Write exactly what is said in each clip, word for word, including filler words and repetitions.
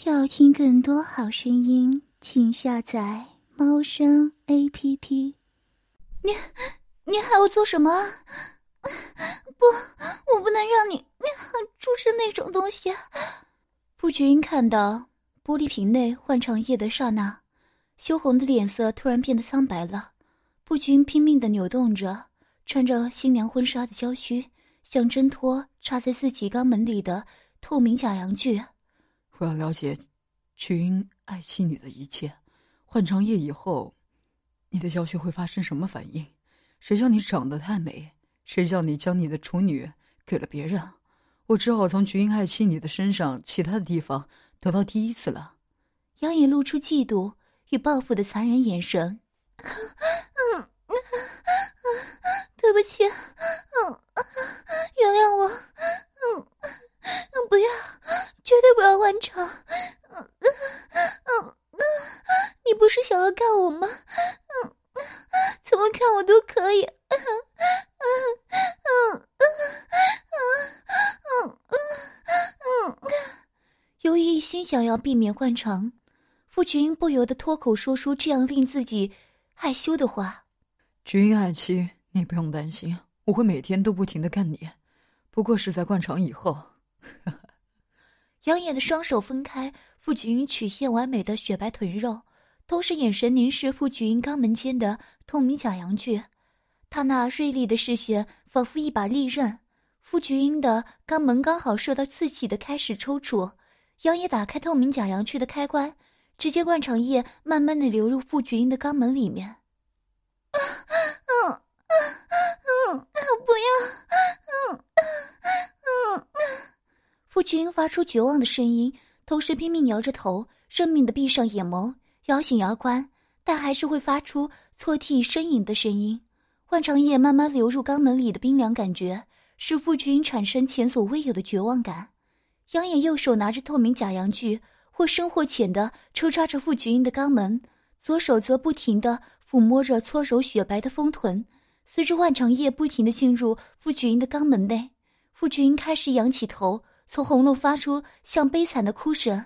要听更多好声音，请下载猫声 A P P。 你你还要做什么？不，我不能让你注射那种东西。傅菊英看到玻璃瓶内换肠液的刹那，羞红的脸色突然变得苍白了。傅菊英拼命地扭动着穿着新娘婚纱的娇躯，想挣脱插在自己肛门里的透明假阳具。 我要了解菊英爱妻你的一切，换肠液以后你的娇躯会发生什么反应？谁叫你长得太美，谁叫你将你的处女给了别人？我只好从菊英爱妻你的身上其他的地方得到第一次了。 杨眼露出嫉妒与报复的残忍眼神。嗯，对不起，嗯，原谅我，嗯，不要，绝对不要换肠。嗯嗯嗯，你不是想要干我吗？嗯，怎么看我都可以。嗯嗯嗯嗯嗯嗯嗯。由于一心想要避免换肠，傅菊英不由得脱口说出这样令自己害羞的话。 菊英爱妻，你不用担心，我会每天都不停地干你，不过是在灌肠以后。 杨眼的双手分开傅菊英曲线完美的雪白臀肉，同时眼神凝视傅菊英肛门间的透明假阳具。他那锐利的视线仿佛一把利刃，傅菊英的肛门刚好受到刺激的开始抽搐。杨眼打开透明假阳具的开关，直接灌肠液慢慢的流入傅菊英的肛门里面。嗯嗯嗯嗯，不要，嗯嗯嗯。傅菊英发出绝望的声音，同时拼命摇着头，认命的闭上眼眸，咬紧牙关，但还是会发出错涕呻吟的声音。换肠液慢慢流入肛门里的冰凉感觉，使傅菊英产生前所未有的绝望感。杨眼右手拿着透明假阳具，或深或浅地抽插着傅菊英的肛门，左手则不停地抚摸着搓揉雪白的丰臀。随着换肠液不停地进入傅菊英的肛门内，傅菊英开始仰起头，从喉咙发出像悲惨的哭声。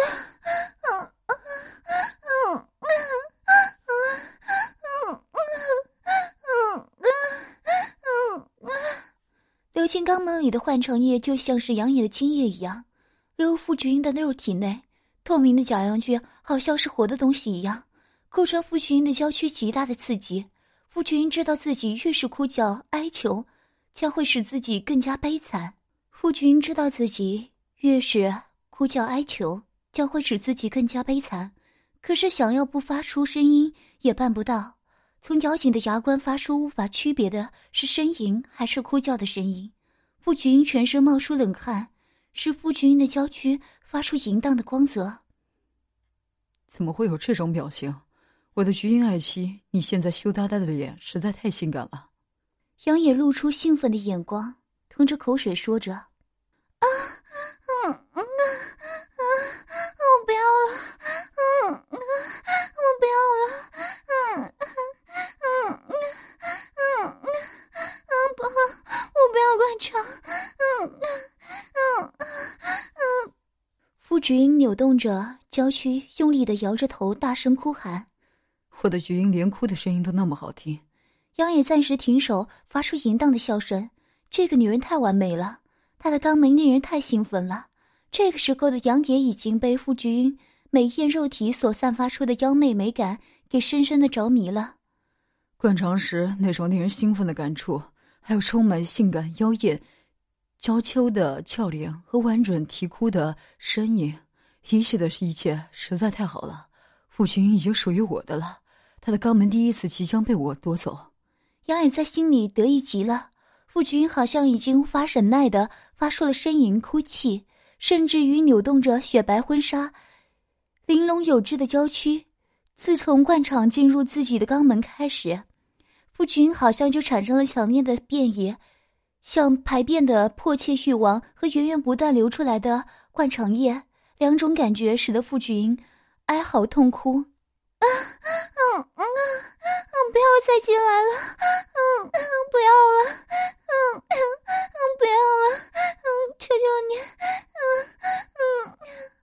流进肛门里的换肠液就像是杨野的精液一样，流入傅菊英的肉体内。透明的假阳具好像是活的东西一样，构成傅菊英的娇躯极大的刺激。傅菊英知道自己越是哭叫哀求，将会使自己更加悲惨。傅菊英知道自己越是哭叫哀求，将会使自己更加悲惨。可是想要不发出声音也办不到，从咬紧的牙关发出无法区别的是呻吟还是哭叫的声音。傅菊英全身冒出冷汗，使傅菊英的娇躯发出淫荡的光泽。 怎么会有这种表情？我的菊英爱妻，你现在羞答答的脸实在太性感了。 杨野露出兴奋的眼光，吞着口水说着：啊，嗯嗯啊，我不要了，嗯嗯，我不要了，嗯嗯嗯嗯嗯，不，我不要灌肠，嗯嗯嗯。傅菊英扭动着娇躯，用力地摇着头，大声哭喊。 我的菊英连哭的声音都那么好听。 杨野暂时停手，发出淫荡的笑声。这个女人太完美了，她的肛门令人太兴奋了。这个时候的杨野已经被傅菊英美艳肉体所散发出的妖媚美感给深深的着迷了。 灌肠时那种令人兴奋的感触，还有充满性感妖艳娇羞的俏脸和婉转啼哭的呻吟，一切的一切实在太好了。傅菊英已经属于我的了，她的肛门第一次即将被我夺走。 杨野在心里得意极了。傅菊英好像已经无法忍耐地发出了呻吟哭泣，甚至于扭动着雪白婚纱玲珑有致的娇躯。自从灌肠进入自己的肛门开始，傅菊英好像就产生了强烈的变异，像排便的迫切欲望和源源不断流出来的灌肠液，两种感觉使得傅菊英哀嚎痛哭。啊，嗯嗯嗯，不要再进来了，嗯嗯，不要了，嗯嗯嗯，不要了，嗯，求求你，嗯嗯。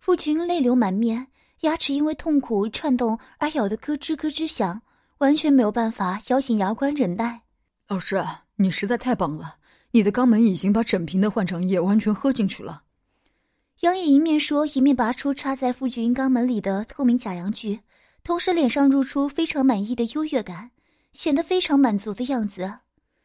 傅君泪流满面，牙齿因为痛苦颤动而咬得咯吱咯吱响，完全没有办法咬紧牙关忍耐。 老师，你实在太棒了，你的肛门已经把整瓶的换肠液完全喝进去了。 杨野一面说，一面拔出插在傅君肛门里的透明假阳具，同时脸上露出非常满意的优越感，显得非常满足的样子。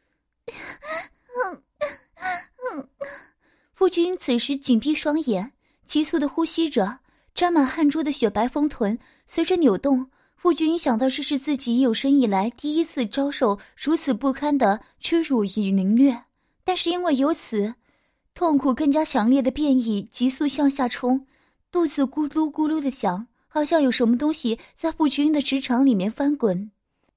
傅君此时紧闭双眼，急促地呼吸着，沾满汗珠的雪白丰臀随着扭动。傅君想到这是自己有生以来第一次遭受如此不堪的屈辱与凌虐，但是因为由此痛苦更加强烈的变异急速向下冲，肚子咕噜咕噜的响，好像有什么东西在傅君的直肠里面翻滚。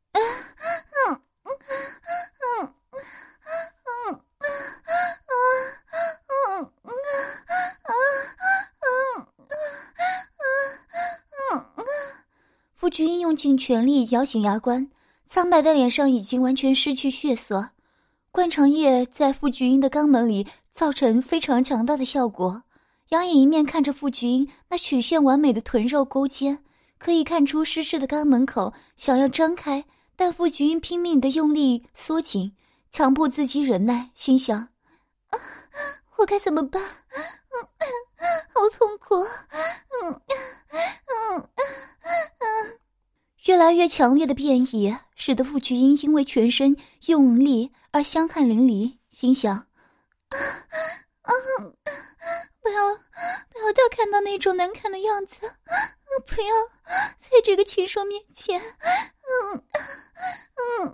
傅君用尽全力咬紧牙关，苍白的脸上已经完全失去血色。灌肠液在傅君的肛门里造成非常强大的效果。杨眼一面看着傅君那曲线完美的臀肉勾肩，可以看出湿湿的肛门口想要张开，但傅君拼命地用力缩紧，强迫自己忍耐，心想、啊、我该怎么办？嗯，好痛苦。嗯嗯嗯，越来越强烈的变异使得傅君因为全身用力而香汗淋漓，心想、啊啊、不要不要再看到那种难看的样子，不要在这个禽兽面前。嗯嗯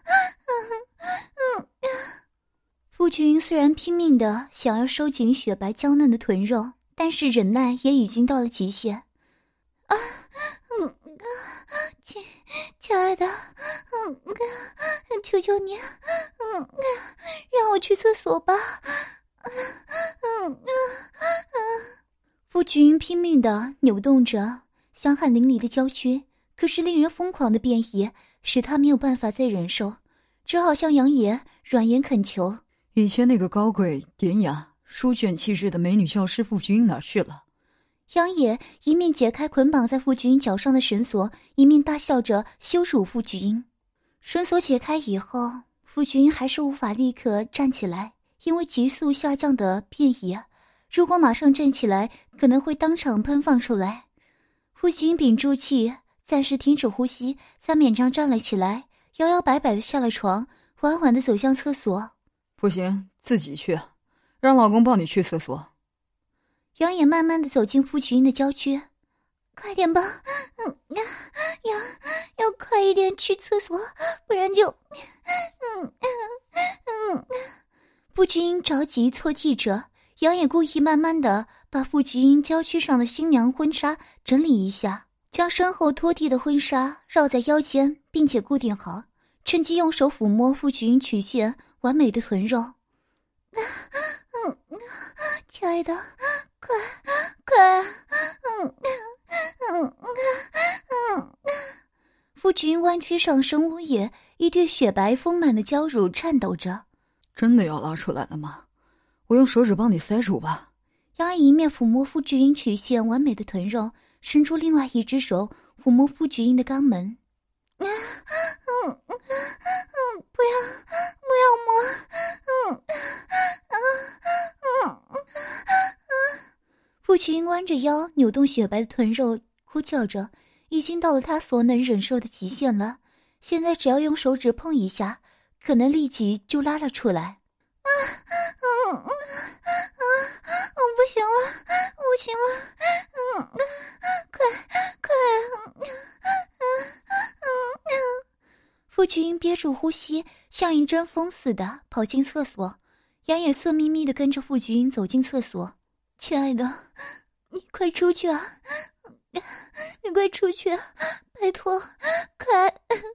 嗯嗯。傅君虽然拼命的想要收紧雪白娇嫩的臀肉，但是忍耐也已经到了极限。啊，嗯，亲亲爱的，嗯，求求你，嗯，让我去厕所吧。嗯嗯嗯。傅君拼命地扭动着香汗淋漓的娇躯，可是令人疯狂的变异使他没有办法再忍受，只好向杨野软言恳求。 以前那个高贵典雅书卷气质的美女教师傅君哪去了？ 杨野一面解开捆绑在傅君脚上的绳索，一面大笑着羞辱傅君。绳索解开以后，傅君还是无法立刻站起来，因为急速下降的变异，如果马上站起来可能会当场喷放出来。傅君屏住气，暂时停止呼吸，才勉强站了起来，摇摇摆摆地下了床，缓缓地走向厕所。 不行，自己去，让老公抱你去厕所。 杨野慢慢地走进傅君的娇躯，快点吧，嗯，要要快一点去厕所，不然就，嗯嗯嗯。傅君着急错替着，杨野故意慢慢地把傅君娇躯上的新娘婚纱整理一下，将身后拖地的婚纱绕在腰间，并且固定好，趁机用手抚摸傅君曲线完美的臀肉。嗯，亲爱的，快快，嗯嗯嗯。傅君弯曲上身呜咽，一对雪白丰满的娇乳颤抖着。 真的要拉出来了吗？我用手指帮你塞住吧。 杨一面抚摸傅君曲线完美的臀肉，伸出另外一只手抚摸傅君的肛门。啊，嗯嗯嗯，不要不要摸，嗯嗯嗯嗯。傅君弯着腰，扭动雪白的臀肉，哭叫着，已经到了他所能忍受的极限了。现在只要用手指碰一下，可能立即就拉了出来。啊，嗯嗯嗯，我不行了，不行了，嗯，快快，嗯嗯嗯。傅君憋住呼吸，像一阵风似的跑进厕所。杨野色眯眯地跟着傅君走进厕所。亲爱的，你快出去啊！你快出去，拜托，快！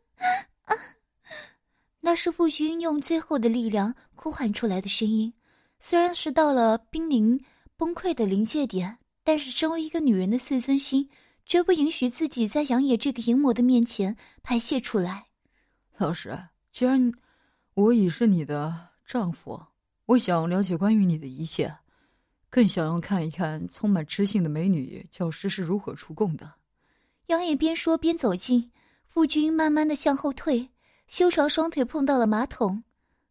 那是傅君用最后的力量呼喊出来的声音，虽然是到了濒临崩溃的临界点，但是身为一个女人的自尊心，绝不允许自己在杨野这个淫魔的面前排泄出来。 老师，既然我已是你的丈夫，我想了解关于你的一切， 更想要看一看充满知性的美女教师是如何出供的。 杨野边说边走近，夫君慢慢的向后退，修长双腿碰到了马桶。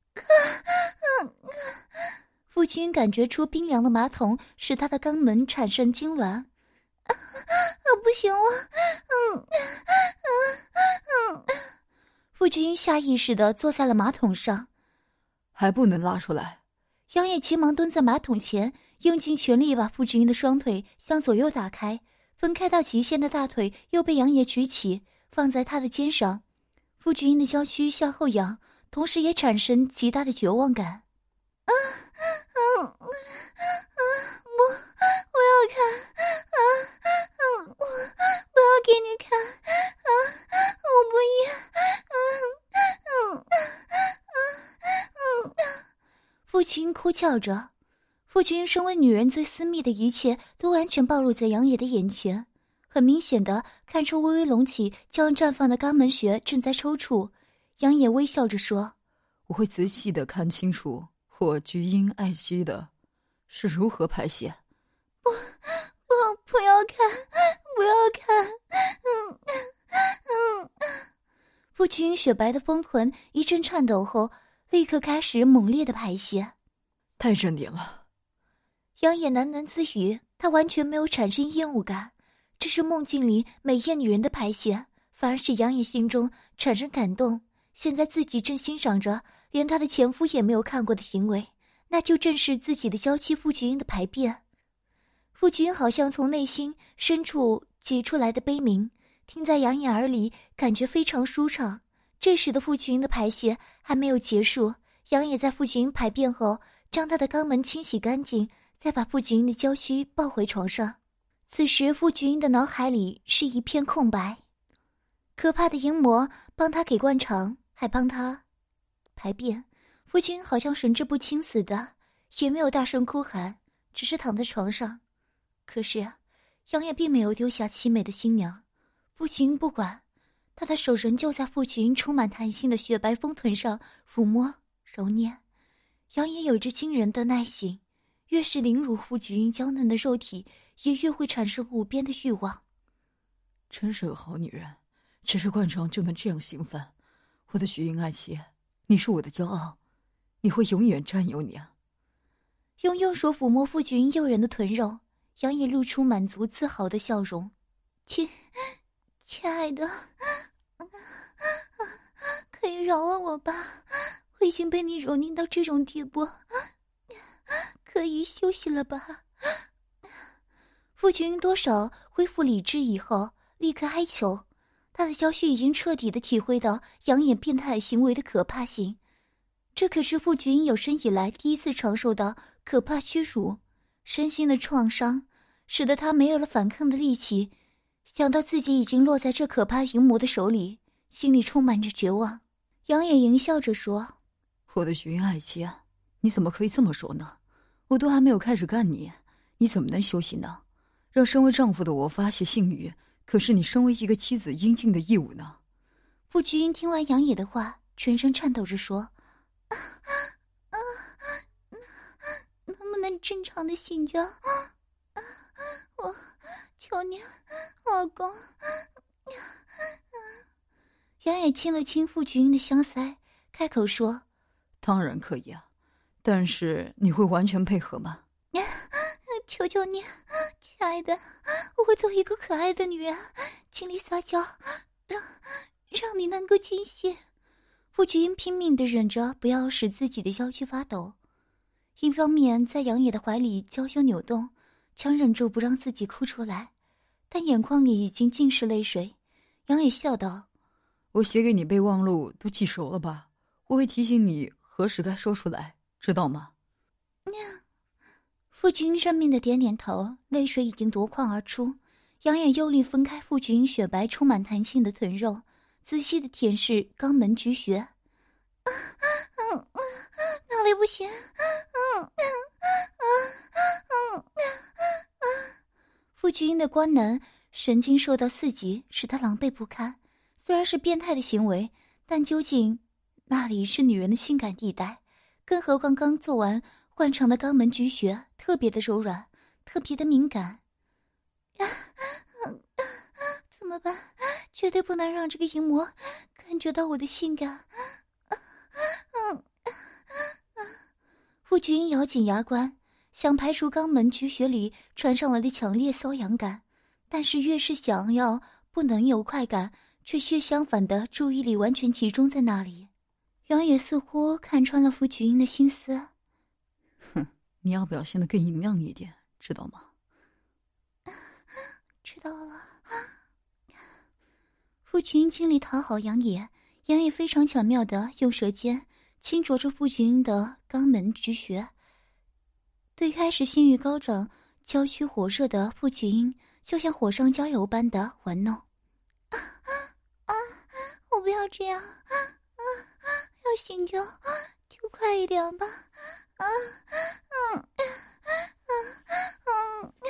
夫君感觉出冰凉的马桶使他的肛门产生痉挛。啊啊，不行了！嗯嗯嗯。夫君下意识地坐在了马桶上。 还不能拉出来。 杨野急忙蹲在马桶前，用尽全力把傅君的双腿向左右打开，分开到极限的大腿又被杨野举起，放在他的肩上。傅君的娇躯向后仰，同时也产生极大的绝望感。啊嗯啊不不要看啊嗯我不要给你看啊我不要嗯嗯嗯嗯傅君哭叫着。傅君身为女人最私密的一切都完全暴露在杨野的眼前，很明显的看出微微隆起将绽放的肛门穴正在抽搐。杨野微笑着说， 我会仔细的看清楚我菊英爱妻的是如何排泄。 不不不要看不要看嗯嗯傅君雪白的丰臀一阵颤抖后立刻开始猛烈的排泄。 太正点了。 杨野喃喃自语，他完全没有产生厌恶感，这是梦境里美艳女人的排泄，反而使杨野心中产生感动。现在自己正欣赏着连他的前夫也没有看过的行为，那就正是自己的娇妻傅菊英的排便。傅菊英好像从内心深处挤出来的悲鸣，听在杨野耳里感觉非常舒畅。这时的傅菊英的排泄还没有结束，杨野在傅菊英排便后将她的肛门清洗干净，再把傅菊英的娇躯抱回床上。此时傅菊英的脑海里是一片空白，可怕的淫魔帮她给灌肠，还帮她排便。傅菊英好像神志不清似的，也没有大声哭喊，只是躺在床上。可是杨野并没有丢下凄美的新娘，傅菊英不管，他的手仍旧在傅菊英充满弹性的雪白丰臀上抚摸揉捏。杨野有着惊人的耐性，越是凌辱傅菊英娇嫩的肉体，也越会产生无边的欲望。 真是个好女人，只是灌肠就能这样兴奋。我的菊英爱妻，你是我的骄傲，你会永远占有你啊。 用右手抚摸傅菊英诱人的臀肉，杨野露出满足自豪的笑容。亲亲爱的，可以饶了我吧，我已经被你蹂躏到这种地步，可以休息了吧。傅菊英多少恢复理智以后立刻哀求，他的娇躯已经彻底地体会到杨野变态行为的可怕性，这可是傅菊英有生以来第一次尝受到可怕屈辱，身心的创伤使得他没有了反抗的力气，想到自己已经落在这可怕淫魔的手里，心里充满着绝望。杨野淫笑着说， 我的菊英爱妻啊，你怎么可以这么说呢？我都还没有开始干你，你怎么能休息呢？让身为丈夫的我发泄性欲，可是你身为一个妻子应尽的义务呢。 傅菊英听完杨野的话，全身颤抖着说，啊啊，能不能正常的性交？啊，我求你老公。杨野亲了亲傅菊英的香腮，开口说， 当然可以啊，但是你会完全配合吗？ 求求你，亲爱的，我会做一个可爱的女人，尽力撒娇，让让你能够尽兴。傅菊英拼命地忍着不要使自己的腰躯发抖，一方面在杨野的怀里娇羞扭动，强忍住不让自己哭出来，但眼眶里已经尽是泪水。杨野笑道， 我写给你备忘录都记熟了吧？我会提醒你何时该说出来，知道吗？傅菊英认命的点点头，泪水已经夺眶而出。杨野用力分开傅菊英雪白充满弹性的臀肉，仔细的舔舐肛门菊穴。啊嗯嗯，哪里不行？嗯嗯嗯嗯嗯。傅菊英的官能神经受到刺激，使她狼狈不堪。虽然是变态的行为，但究竟那里是女人的性感地带？更何况刚做完换成的肛门菊穴特别的柔软，特别的敏感。啊啊、怎么办？绝对不能让这个淫魔感觉到我的性感。啊啊啊、傅菊英咬紧牙关，想排除肛门菊穴里传上来的强烈瘙痒感，但是越是想要不能有快感，却越相反的注意力完全集中在那里。杨野似乎看穿了傅菊英的心思。 哼，你要表现得更淫亮一点，知道吗？ 知道了。傅菊英尽力讨好杨野，杨野非常巧妙地用舌尖轻啄着傅菊英的肛门菊穴。对开始性欲高涨、娇躯火热的傅菊英，就像火上浇油般的玩弄。啊啊！我不要这样！啊啊！要醒就就快一点吧！啊嗯嗯嗯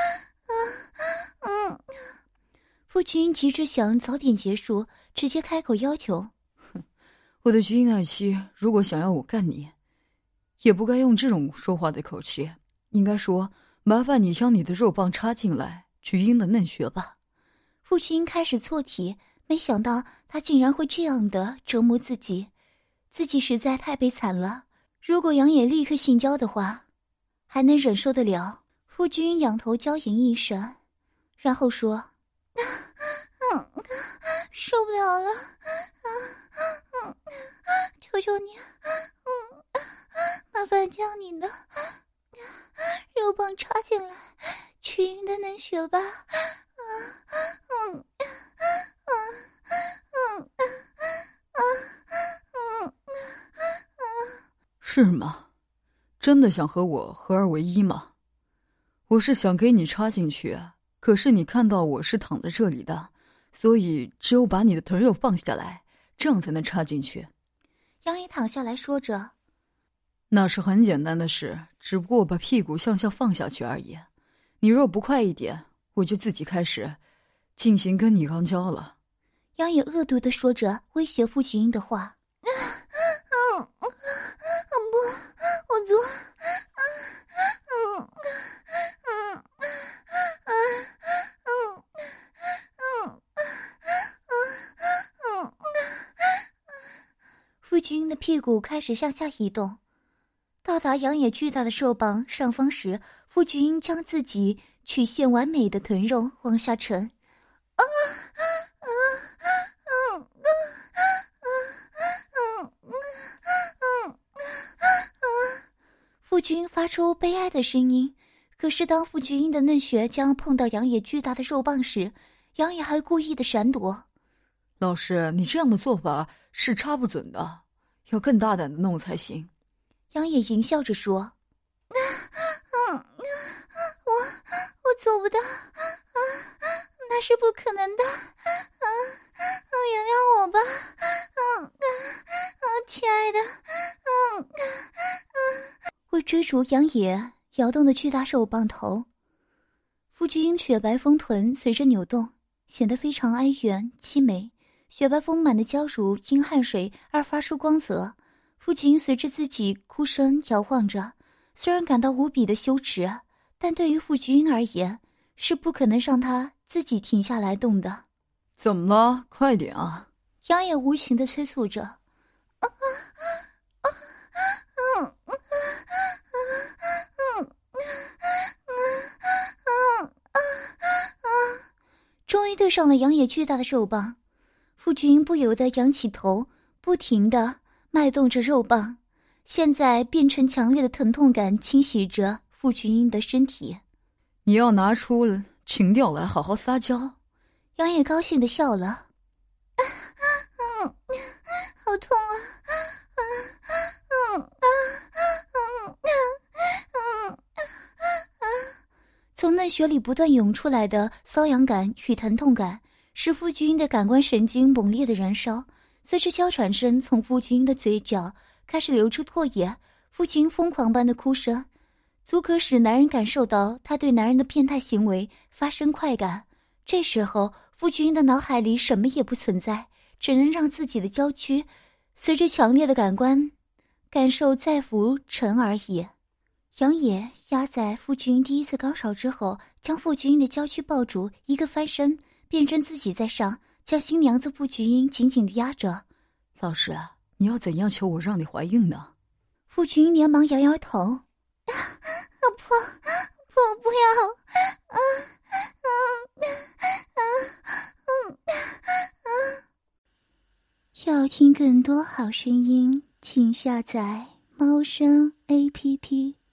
嗯嗯。傅菊英急着想早点结束，直接开口要求：“ 哼，我的菊英爱妻，如果想要我干你，也不该用这种说话的口气，应该说麻烦你将你的肉棒插进来，菊英的嫩穴吧。” 傅菊英开始错题，没想到他竟然会这样的折磨自己，自己实在太悲惨了。如果杨野立刻性交的话，还能忍受得了。傅菊英仰头娇吟一声，然后说：“嗯，受不了了，嗯嗯，求求你，嗯，麻烦将你的肉棒插进来，菊英的嫩穴吧。”嗯嗯嗯嗯嗯嗯， 是吗？真的想和我合二为一吗？我是想给你插进去，可是你看到我是躺在这里的，所以只有把你的臀肉放下来，这样才能插进去。 杨野躺下来说着：“ 那是很简单的事，只不过把屁股向下放下去而已。你若不快一点，我就自己开始进行跟你肛交了。” 杨野恶毒地说着，威胁傅菊英的话。嗯嗯嗯，不，我做，嗯嗯嗯嗯嗯嗯嗯嗯。傅菊英的屁股开始向下移动，到达杨野巨大的肉棒上方时，傅菊英将自己曲线完美的臀肉往下沉。啊啊嗯嗯嗯嗯嗯嗯，傅菊英发出悲哀的声音。可是当傅菊英的嫩穴将碰到杨野巨大的肉棒时，杨野还故意的闪躲。 老师，你这样的做法是插不准的，要更大胆的弄才行。 杨野淫笑着说：“嗯，我我做不到，啊，那是不可能的，啊，原谅我吧，嗯啊，亲爱的，嗯啊。”为追逐杨野摇动的巨大肉棒头，傅菊英雪白丰臀随着扭动，显得非常哀怨凄美。雪白丰满的娇乳因汗水而发出光泽，傅菊英随着自己哭声摇晃着，虽然感到无比的羞耻，但对于傅菊英而言，是不可能让她自己停下来动的。 怎么了？快点啊！ 杨野无情地催促着。啊啊啊嗯嗯嗯嗯嗯嗯嗯，终于对上了杨野巨大的肉棒。傅菊英不由得仰起头，不停地脉动着肉棒，现在变成强烈的疼痛感侵袭着傅菊英的身体。 你要拿出情调来好好撒娇。 杨野高兴地笑了。啊嗯，好痛啊！啊嗯啊嗯嗯啊！从嫩穴里不断涌出来的瘙痒感与疼痛感，使傅菊英的感官神经猛烈的燃烧。随着娇喘声从傅菊英的嘴角开始流出唾液，傅菊英疯狂般的哭声，足可使男人感受到他对男人的变态行为发生快感。这时候，傅菊英的脑海里什么也不存在，只能让自己的娇躯随着强烈的感官感受再浮沉而已。 杨野压在傅君第一次高潮之后，将傅君的娇躯抱住，一个翻身，变成自己在上，将新娘子傅君紧紧地压着。 老师，你要怎样求我让你怀孕呢？ 傅君连忙摇摇头，啊，不，不，不要，啊，嗯，啊，嗯，啊。 要听更多好声音，请下载猫声 A P P。